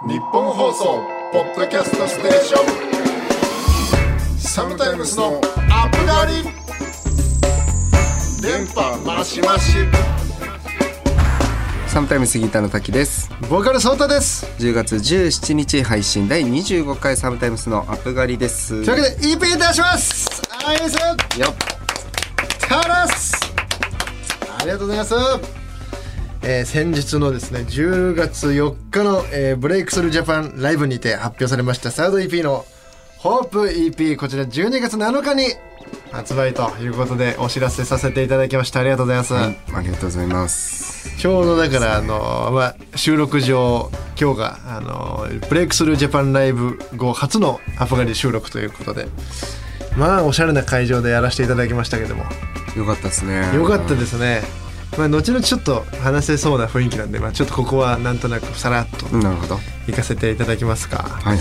日本放送ポッドキャストステーションサムタイムスのアップガリ電波マシマシ。 サムタイムスギターの滝です。 ボーカルソータです。 10月17日配信第25回サムタイムスのアップガリです。 というわけで EP 出します。アイスよっタラスありがとうございます。先日のですね10月4日の、ブレイクスルージャパンライブにて発表されましたサード EP のホープ EP、 こちら12月7日に発売ということでお知らせさせていただきました。ありがとうございます、 はい、ありがとうございます。 ちょうどだから収録上今日がブレイクスルージャパンライブ後初のアップガリ収録ということで、おしゃれな会場でやらせていただきましたけども、 よかったですね。 よかったですね。後々ちょっと話せそうな雰囲気なんで、ちょっとここはなんとなくさらっと行かせていただきますか。 はいはい。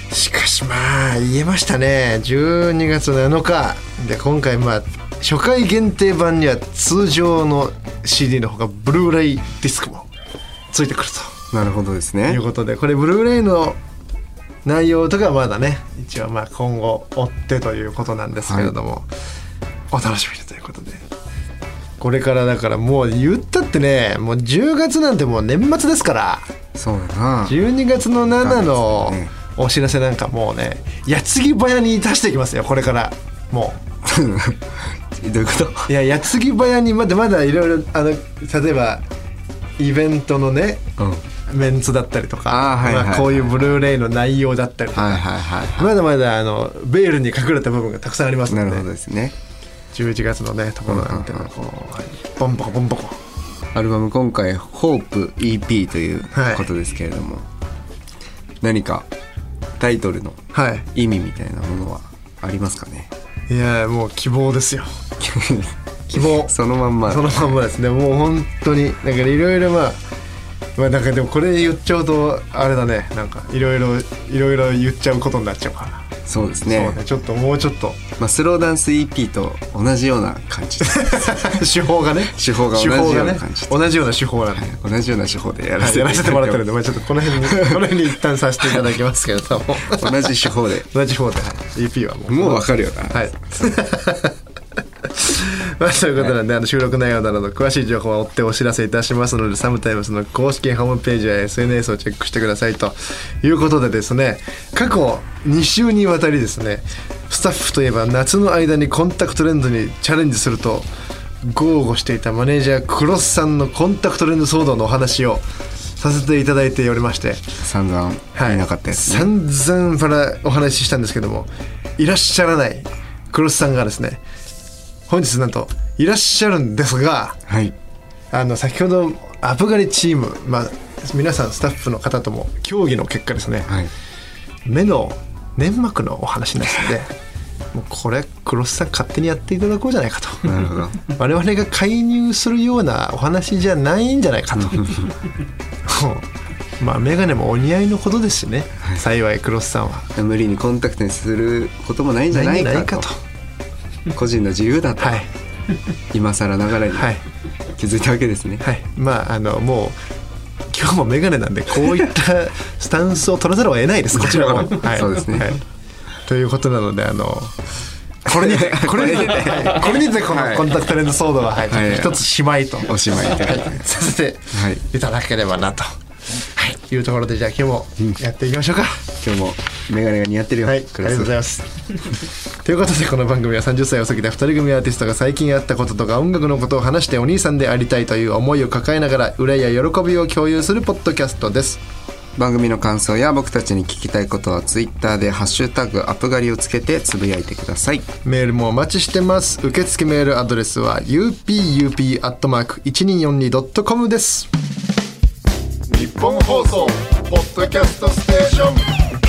しかし言えましたね。12月7日で今回初回限定版には通常の CD のほかブルーレイディスクもついてくると。 なるほどですね。 いうことで、これブルーレイの内容とかはまだね一応今後追ってということなんですけれども、お楽しみにということで、これからだからもう言ったってね、もう10月なんてもう年末ですから。 そうだな。 12月の7のお知らせなんかもうね矢継ぎ早に出していきますよこれからもうどういうこと？ いや矢継ぎ早にまだいろいろ例えばイベントのね、メンツだったりとか、こういうブルーレイの内容だったりとか、まだまだベールに隠れた部分がたくさんありますので。 なるほどですね。 11月のねところなんてこうボンボコボンボコアルバム今回ホープ EP ということですけれども、何かタイトルの意味みたいなものはありますかね？ いやもう希望ですよ希望そのまんまですね。もう本当にいろいろなんかでもこれ言っちゃうとあれだね、なんかいろいろ言っちゃうことになっちゃうから。 そうですね。 ちょっともうちょっとスローダンス EP と同じような感じ手法が同じような感じ、同じような手法なんで、 同じような手法でやらせてもらってるんで、ちょっとこの辺に一旦させていただきますけれども同じ手法で EP はもう分かるよな。 はいということなんで、収録内容などの詳しい情報は追ってお知らせいたしますので、サムタイムスの公式ホームページや SNS をチェックしてくださいということでですね、過去2週にわたりですね、スタッフといえば夏の間にコンタクトレンズにチャレンジすると豪語していたマネージャークロスさんのコンタクトレンズ騒動のお話をさせていただいておりまして、 散々いなかったですね、 散々からお話ししたんですけども、いらっしゃらないクロスさんがですね、本日なんといらっしゃるんですが、先ほどアップガリチーム、皆さんスタッフの方とも協議の結果ですね、目の粘膜のお話なんでもうこれクロスさん勝手にやっていただこうじゃないかと。 なるほど我々が介入するようなお話じゃないんじゃないかとメガネもお似合いのことですしね、幸いクロスさんは無理にコンタクトにすることもないんじゃないかと個人の自由だと、今更ながらに気づいたわけですね。 もう今日もメガネなんでこういったスタンスを取らざるを得ないですこちらもそうですね、 ということなのでこれにてこのコンタクトレンズ騒動は一つしまいとおしまいさせていただければなというところで、じゃあ今日もやっていきましょうか。 今日もメガネが似合ってるよ。 ありがとうございますということで、この番組は30歳を過ぎた2人組アーティストが最近あったこととか音楽のことを話してお兄さんでありたいという思いを抱えながら憂いや喜びを共有するポッドキャストです。 番組の感想や僕たちに聞きたいことはツイッターでハッシュタグアップガリをつけてつぶやいてください。 メールもお待ちしてます。受付メールアドレスは upup@1242.com です。 日本放送ポッドキャストステーション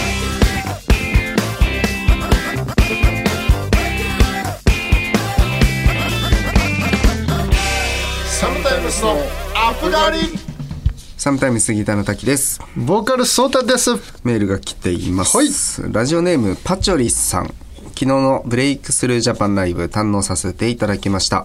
サムタイムスのアップガリ。 サムタイムスギターの滝です。 ボーカルソータです。 メールが来ています、ラジオネームパチョリスさん。昨日のブレイクスルージャパンライブ堪能させていただきました。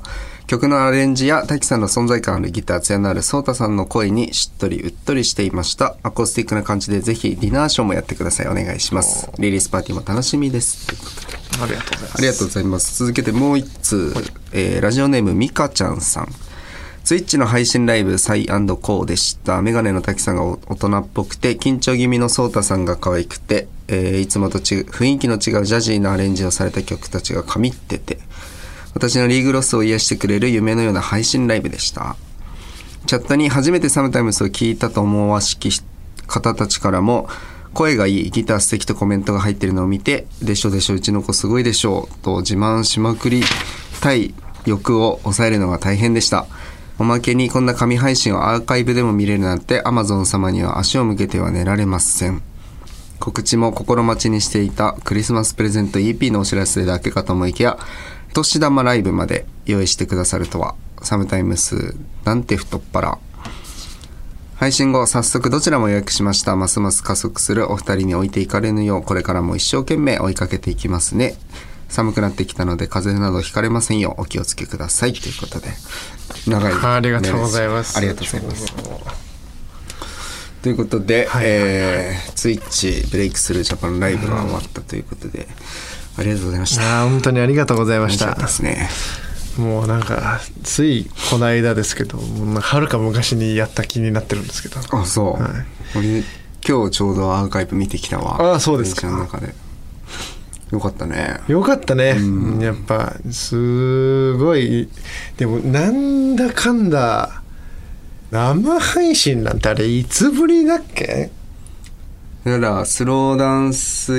曲のアレンジや滝さんの存在感あるギター、艶のあるソータさんの声にしっとりうっとりしていました。アコースティックな感じでぜひディナーショーもやってください。お願いします。リリースパーティーも楽しみです。ということでありがとうございます。 ありがとうございます。続けてもう一通、ラジオネームみかちゃんさん。ツイッチの配信ライブサイ&コーでした。メガネの滝さんが大人っぽくて緊張気味のソータさんが可愛くて、いつもと雰囲気の違うジャジーなアレンジをされた曲たちが神ってて、私のリーグロスを癒してくれる夢のような配信ライブでした。チャットに初めてサムタイムスを聞いたと思わしき方たちからも、声がいい、ギター素敵とコメントが入っているのを見て、でしょでしょうちの子すごいでしょうと自慢しまくりたい欲を抑えるのが大変でした。おまけにこんな神配信をアーカイブでも見れるなんて Amazon 様には足を向けては寝られません。告知も心待ちにしていたクリスマスプレゼント EP のお知らせだけかと思いきや、年玉ライブまで用意してくださるとは。サムタイムスなんて太っ腹。配信後早速どちらも予約しました。ますます加速するお二人に置いていかれぬよう、これからも一生懸命追いかけていきますね。寒くなってきたので風邪などひかれませんようお気をつけください。ということで長いありがとうございます。 ありがとうございます。ということで、ツイッチブレイクスルージャパンライブが終わったということで、ありがとうございました。 本当にありがとうございました。 楽しかったですね。 もうなんかついこの間ですけど、はるか昔にやった気になってるんですけど。 あ、そう、俺今日ちょうどアーカイブ見てきたわ。 あ、そうですか。 の中でよかったね。 よかったね、やっぱすごい。でもなんだかんだ生配信なんてあれいつぶりだっけ？ だからスローダンス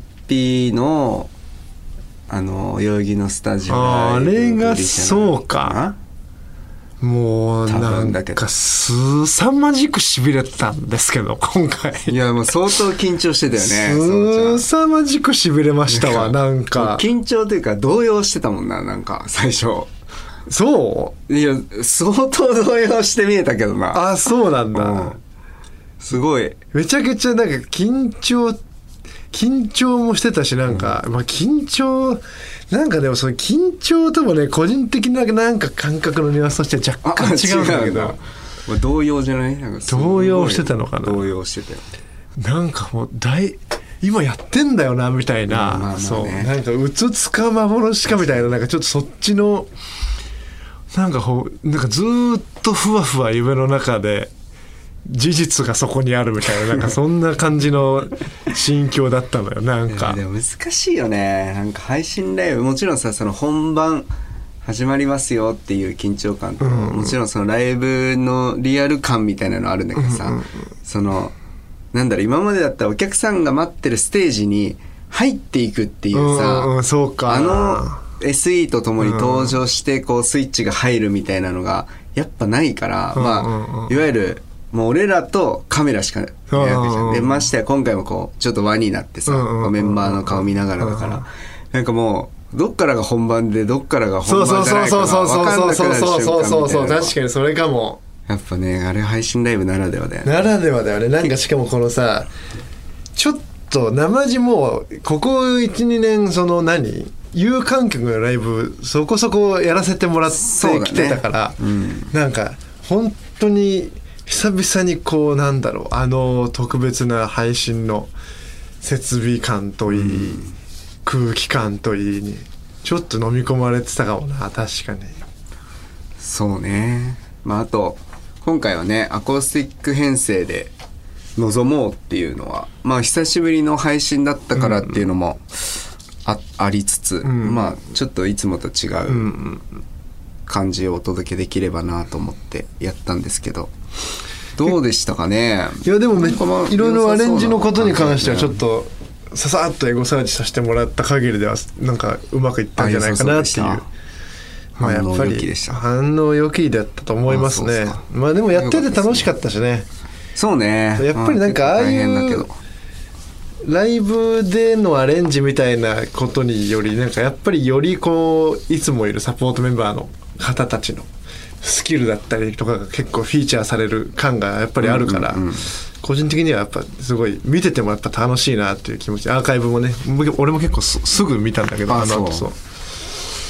EP の代々木のスタジオあれがそうか。もうなんか凄まじくしびれたんですけど今回。 いやもう相当緊張してたよね。凄まじくしびれましたわ。なんか緊張というか動揺してたもんな。なんか最初。 そう？ いや相当動揺して見えたけどな。 あ、そうなんだ、 すごいめちゃくちゃなんか緊張もしてたし、なんか、緊張なんかでもその緊張ともね個人的ななんか感覚のニュアンスとして若干違うんだけど、 動揺じゃない？なんか動揺してたのかな。 動揺してたよ。 なんかもう今やってんだよなみたいな、そうなんかうつつか幻かみたいな、なんかちょっとそっちのなんかずっとふわふわ夢の中で事実がそこにあるみたいな、なんかそんな感じの心境だったのよ。なんかでも難しいよね。なんか配信ライブもちろんさ、その本番始まりますよっていう緊張感と、もちろんそのライブのリアル感みたいなのあるんだけどさ、そのなんだろう、今までだったらお客さんが待ってるステージに入っていくっていうさ、 そうか、 SE とともに登場してこうスイッチが入るみたいなのがやっぱないから、いわゆるもう俺らとカメラしかないわけじゃん。でましてや今回もこうちょっと輪になってさ、メンバーの顔見ながらだから、なんかもうどっからが本番でどっからが本番じゃないかが分かんなくなる瞬間みたいな。 そう確かにそれかも。 やっぱね、あれ配信ライブならではだよね。 ならではだよね。なんかしかもこのさ、ちょっと生地もここ 1,2 年その有観客のライブそこそこやらせてもらってきてたから、なんか本当に久々にこうなんだろう、特別な配信の設備感といい、空気感といいにちょっと飲み込まれてたかもな。確かにそうね。あと今回はねアコースティック編成で臨もうっていうのは久しぶりの配信だったからっていうのもありつつ、ちょっといつもと違う感じをお届けできればなと思ってやったんですけど、どうでしたかね。 いやでもいろいろアレンジのことに関してはちょっとささっとエゴサーチさせてもらった限りではなんかうまくいったんじゃないかなっていう。やっぱり反応良きだったと思いますね。でもやってて楽しかったしね。 そうね。 やっぱりなんかああいうライブでのアレンジみたいなことによりなんかやっぱりよりこういつもいるサポートメンバーの方たちのスキルだったりとかが結構フィーチャーされる感がやっぱりあるから、個人的にはやっぱすごい見ててもやっぱ楽しいなっていう気持ち。アーカイブもね、俺も結構すぐ見たんだけど、そう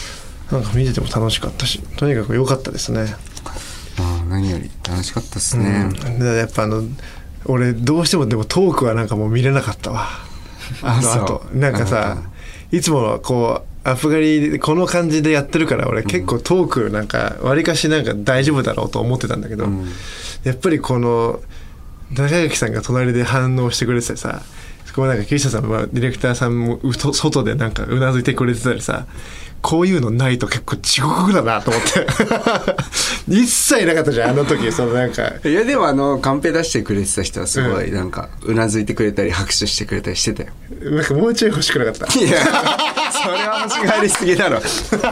なんか見てても楽しかったし、とにかく良かったですね。 何より楽しかったですね。 でやっぱ俺どうしてもでもトークはなんかもう見れなかったわ。あとなんかさ、いつもはこうアップ狩りこの感じでやってるから俺結構トークなんかわりかしなんか大丈夫だろうと思ってたんだけど、やっぱりこの中垣さんが隣で反応してくれててさ、そこはなんか岸田さんはディレクターさんも外でなんかうなずいてくれてたりさ、こういうのないと結構地獄だなと思って一切なかったじゃんあの時。そのなんかいやでもカンペ出してくれてた人はすごいなんかうなずいてくれたり拍手してくれたりしてたよ。 なんかもうちょい欲しくなかった。 いやそれは欲しがりすぎだろ。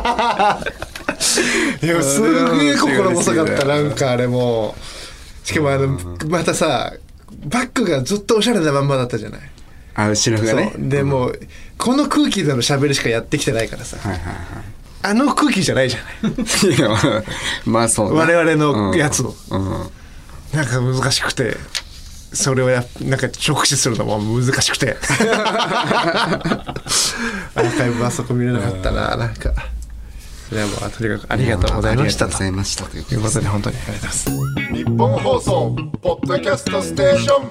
いやすげえ心細かった。なんかあれもしかもまたさバッグがずっとおしゃれなまんまだったじゃない。 後ろがね。 そうでもうこの空気での喋りしかやってきてないからさ、あの空気じゃないじゃない。 いやまあそう我々のやつを、なんか難しくて、それをなんか直視するのも難しくてアーカイブはそこ見れなかったな。なんかいやもうとにかくありがとうございましたということで本当にありがとうございます。 日本放送ポッドキャストステーション。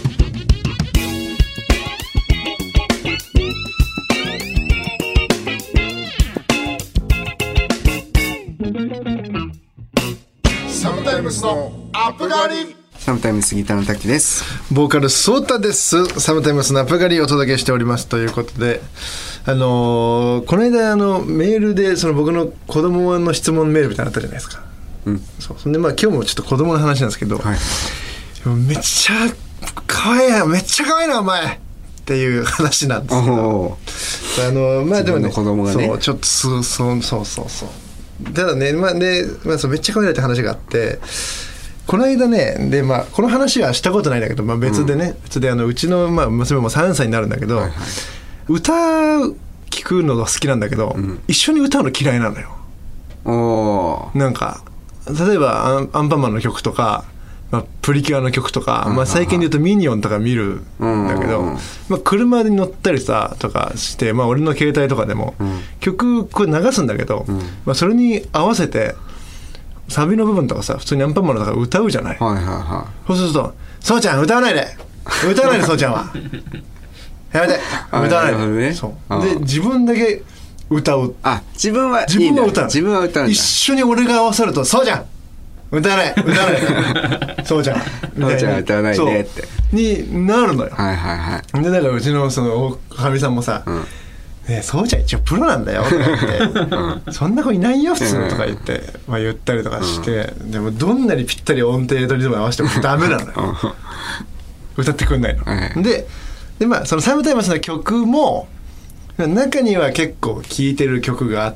サムタイムスのアップ狩り。 サムタイムスギターの滝です。 ボーカルソータです。サムタイムスのアップ狩りをお届けしておりますということで、この間メールでその僕の子供の質問メールみたいなのあったじゃないですか。そうで今日もちょっと子供の話なんですけど、めっちゃ可愛いな、めっちゃ可愛いなお前っていう話なんですけど、まあでもね、 子供がね、 そうちょっとそうただね、そうめっちゃ可愛いなって話があって、この間ね、でこの話はしたことないんだけど、別でね、別でうちの娘も3歳になるんだけど、歌聞くのが好きなんだけど、一緒に歌うの嫌いなのよ。なんか例えばアンパンマンの曲とか、プリキュアの曲とか、最近で言うとミニオンとか見るんだけど、車に乗ったりさとかして、俺の携帯とかでも、曲これ流すんだけど、それに合わせてサビの部分とかさ、普通にアンパンマンのとか歌うじゃない。そうすると「そうちゃん歌わないでそうちゃんはやめて歌わないで」そうで自分だけ歌う。 自分は歌う。 一緒に俺が合わせると「そうちゃん歌わないそうちゃん歌わないでってになるのよ。でだからうちのそのかみさんもさ「ねえそうちゃん一応プロなんだよ」とか言って「そんな子いないよ普通」とか言って言ったりとかして、でもどんなにぴったり音程とリズム合わせてもダメなのよ歌ってくんないの。でそのサムタイムスの曲も中には結構聴いてる曲があって、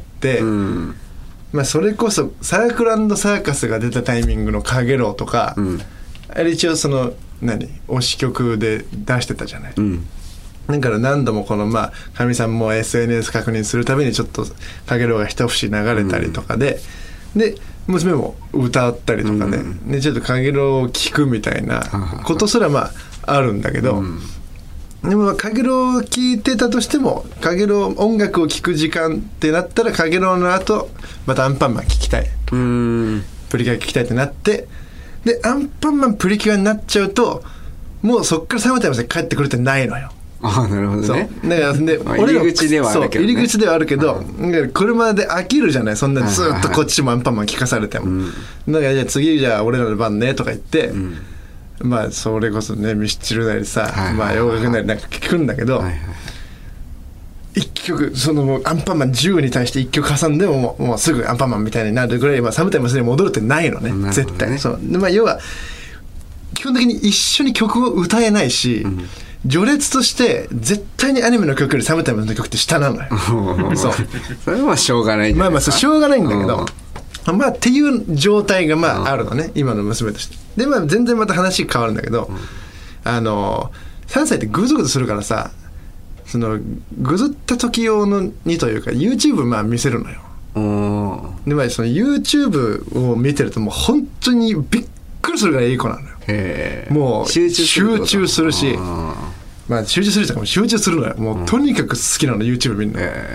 それこそサークル&サーカスが出たタイミングのかげろうとか、あれ一応その推し曲で出してたじゃない。だから何度もこのかみさんも SNS 確認するたびにちょっとかげろうが一節流れたりとかで、娘も歌ったりとかでちょっとかげろうを聴くみたいなことすらあるんだけど、でもかげろうを聴いてたとしてもかげろう音楽を聴く時間ってなったらかげろうの後またアンパンマン聴きたい、プリキュア聴きたいってなって、でアンパンマンプリキュアになっちゃうともうそっからサムタイムスで帰ってくるってないのよ。 なるほどね。 だからで入り口ではあるけどね。 入り口ではあるけど、車で飽きるじゃない。そんなずっとこっちもアンパンマン聞かされても、だからじゃあ俺らの番ねとか言って、それこそねミスチルなりさ、洋楽なりなんか聞くんだけど、一曲そのもうアンパンマン10に対して一曲挟んでももうすぐアンパンマンみたいになるぐらいサムタイムスに戻るってないのね、絶対。そうで要は基本的に一緒に曲を歌えないし、序列として絶対にアニメの曲よりサムタイムの曲って下なのよ。 それはしょうがないんだよ。 しょうがないんだけど、っていう状態があるのね、今の娘として。で全然また話変わるんだけど、3歳ってグズグズするからさ、そのグズった時用のにというか YouTube 見せるのよ。でその YouTube を見てるともう本当にびっくりするぐらいいい子なのよ。もう集中するし、集中する人が集中するのよ。もうとにかく好きなの YouTube 見るの。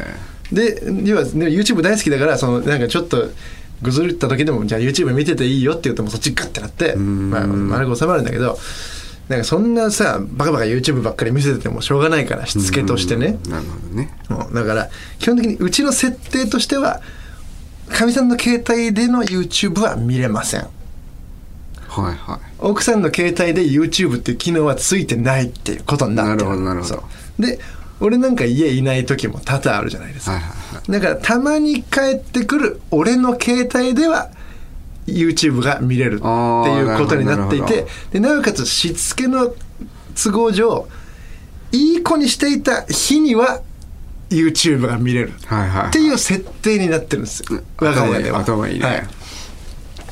で要は、ね、YouTube 大好きだからなんかちょっとぐずった時でもじゃあ YouTube 見てていいよって言うともうそっちガッてなって、丸く収まるんだけど、なんかそんなさバカバカ YouTube ばっかり見せててもしょうがないからしつけとしてね。 なるほどね。 だから基本的にうちの設定としてはかみさんの携帯での YouTube は見れません。 はいはい。 奥さんの携帯で YouTube っていう機能はついてないっていうことになってる。 なるほどなるほど。 で俺なんか家いない時も多々あるじゃないですか、はいはいはい、だからたまに帰ってくる俺の携帯では YouTube が見れるっていうことになっていて、でなおかつしつけの都合上いい子にしていた日には YouTube が見れるっていう設定になってるんですよ、我が家では。 頭いいね、はい、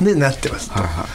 でなってます、はいはいはい、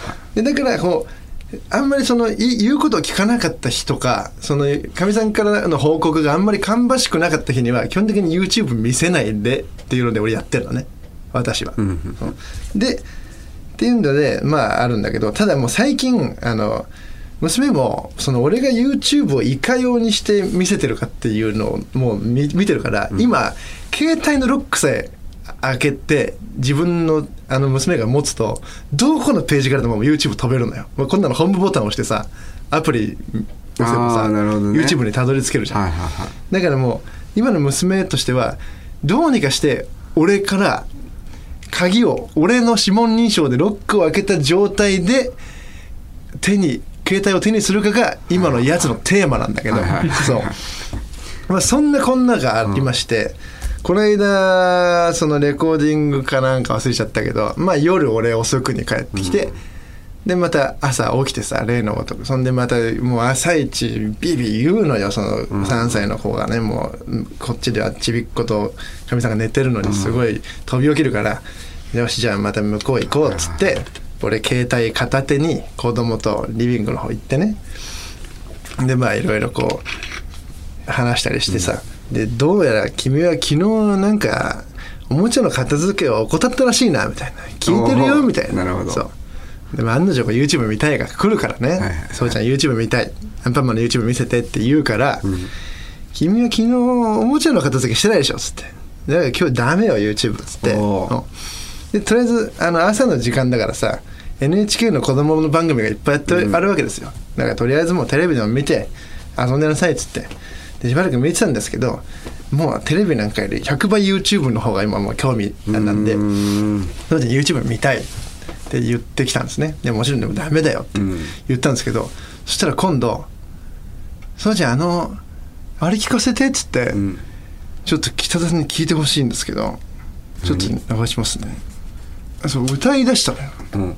でだからこうあんまり言うことを聞かなかった日とかかみさんからの報告があんまり芳しくなかった日には基本的に YouTube 見せないでっていうので俺やってるのね、私は、でっていうのでまああるんだけど、ただもう最近娘も俺が YouTube をいかようにして見せてるかっていうのをもう見てるから、今携帯のロックさえ開けて自分の娘が持つとどこのページからでも YouTube 飛べるのよ。こんなのホームボタンを押してさアプリ押せばさ、ね、YouTube にたどり着けるじゃん、はいはいはい、だからもう今の娘としてはどうにかして俺から鍵を俺の指紋認証でロックを開けた状態で携帯を手にするかが今のやつのテーマなんだけど、そう、まあ、そんなこんながありまして、この間レコーディングかなんか忘れちゃったけど、まあ夜俺遅くに帰ってきて、でまた朝起きてさ例のごとくそんでまたもう朝一ビビ言うのよ、3歳の子がね、もうこっちではちびっ子とかみさんが寝てるのにすごい飛び起きるから、よしじゃあまた向こう行こうっつって俺携帯片手に子供とリビングの方行ってね、でまあいろいろこう話したりしてさ、でどうやら君は昨日なんかおもちゃの片付けを怠ったらしいなみたいな、聞いてるよみたいな。なるほど。そうでも案の定YouTube 見たいが来るからね、はいはいはい、そうちゃん YouTube 見たい、アンパンマンの YouTube 見せてって言うから、君は昨日おもちゃの片付けしてないでしょっつって、だから今日ダメよ YouTube っつって、でとりあえず朝の時間だからさ NHK の子供の番組がいっぱいあるわけですよ。だからとりあえずもうテレビでも見て遊んでなさいっつってでしばらく見てたんですけど、もうテレビなんかより100倍 YouTube の方が今もう興味なんで、なので YouTube 見たいって言ってきたんですね。でもちろんでもダメだよって言ったんですけど、そしたら今度そうじゃんあれ聞かせてっつって、ちょっと北田さんに聞いてほしいんですけど、ちょっと流しますね。そう歌い出したのよ、しぶ出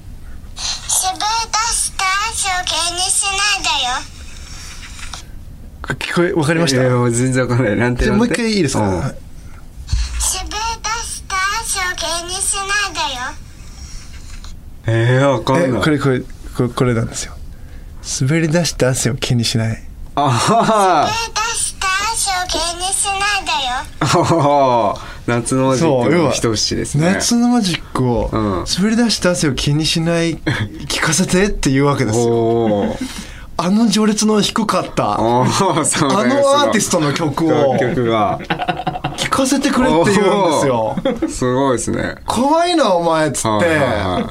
した処刑にしないだよ。聞こえ分かりました？ 全然分かんない。なんてもう一回いいですか？ しぶ出した処刑にしないだよ。分かんない。 これなんですよ。滑り出した汗を気にしない。 滑り出した処刑にしないだよ。 夏のマジックの一節ですね。 夏のマジックを、滑り出した汗を気にしない聞かせてっていうわけですよ。序列の低かったアーティストの曲を聞かせてくれって言うんですよ。 すごいですね。 怖いなお前っつって、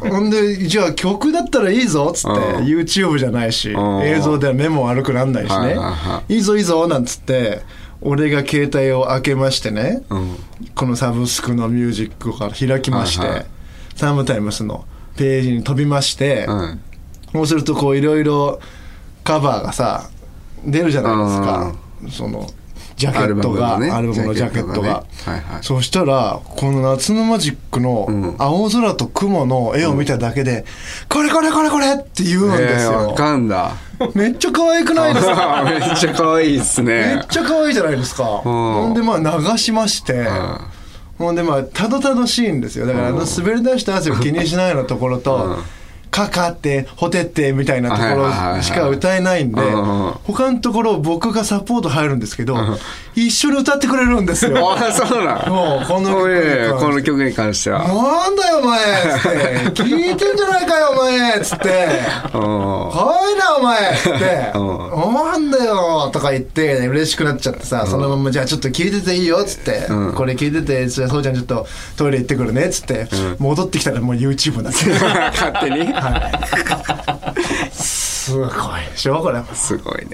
ほんでじゃあ曲だったらいいぞっつって、YouTube じゃないし映像では目も悪くなんないしね、いいぞいいぞなんつって俺が携帯を開けましてね、このサブスクのミュージックから開きまして、サムタイムスのページに飛びまして、そうするとこういろいろカバーがさ出るじゃないですか、ジャケットがアルバムのジャケットが、そしたらこの夏のマジックの青空と雲の絵を見ただけで、これって言うんですよ。 わかんだ。 めっちゃ可愛くないですか？ めっちゃ可愛いっすね。 めっちゃ可愛いじゃないですか。ほんでまあ流しまして、ほんでまあたどたどしいんですよ。だから滑り出した汗を気にしないのところと、 かかってほてってみたいなところしか歌えないんで、他のところ僕がサポート入るんですけど、一緒に歌ってくれるんですよ。 あ、そうなん。 もうこの曲に関してはなんだよお前っつって聞いてんじゃないかよお前っつってはいなお前っつってなんだよとか言って嬉しくなっちゃってさ、そのままじゃあちょっと聞いてていいよっつって、これ聞いててそうちゃんちょっとトイレ行ってくるねっつって戻ってきたらもう YouTube になって勝手に、 はい、すごいでしょこれ。 すごいね。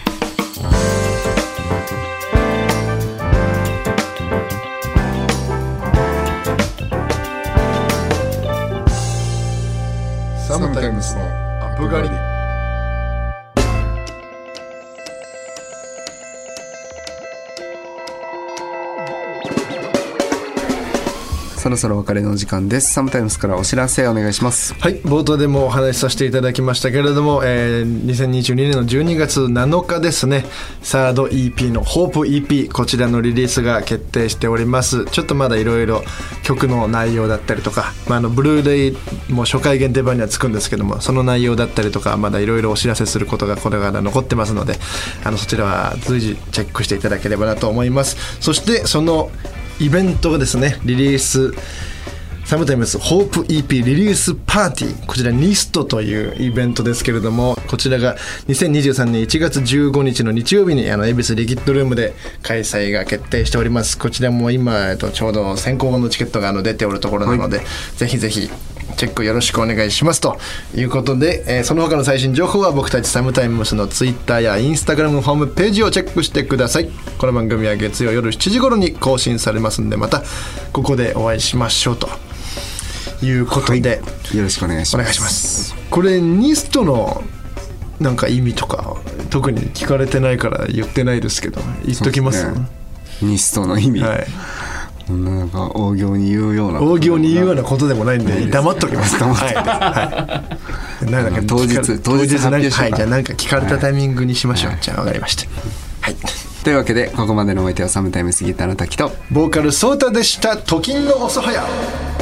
サムタイムスのアップ狩り。 そろそろお別れの時間です。サムタイムスからお知らせお願いします。 はい、冒頭でもお話しさせていただきましたけれども、2022年の12月7日ですね、サード EP のホープ EP、 こちらのリリースが決定しております。ちょっとまだいろいろ曲の内容だったりとか、ブルーレイも初回限定版にはつくんですけども、その内容だったりとかまだいろいろお知らせすることがこれから残ってますので、そちらは随時チェックしていただければなと思います。そしてそのイベントがですね、リリースサムタイムスホープ EP リリースパーティー、こちらニストというイベントですけれども、こちらが2023年1月15日の日曜日に恵比寿リキッドルームで開催が決定しております。こちらも今、ちょうど先行のチケットが出ておるところなので、ぜひぜひチェックよろしくお願いしますということで、その他の最新情報は僕たちサムタイムスのツイッターやインスタグラムホームページをチェックしてください。この番組は月曜夜7時頃に更新されますんで、またここでお会いしましょうということで、 よろしくお願いします。 お願いします。これニストのなんか意味とか特に聞かれてないから言ってないですけど、言っときます。 ニストの意味、はい、なんか大行に言うようなことでもないんで黙っときます。はい、なんか当日発表しようか。 はい、じゃあなんか聞かれたタイミングにしましょう。じゃあ分かりました。はい。 というわけでここまでのお相手はサムタイムスギターの滝とボーカルソータでした。と金の遅早。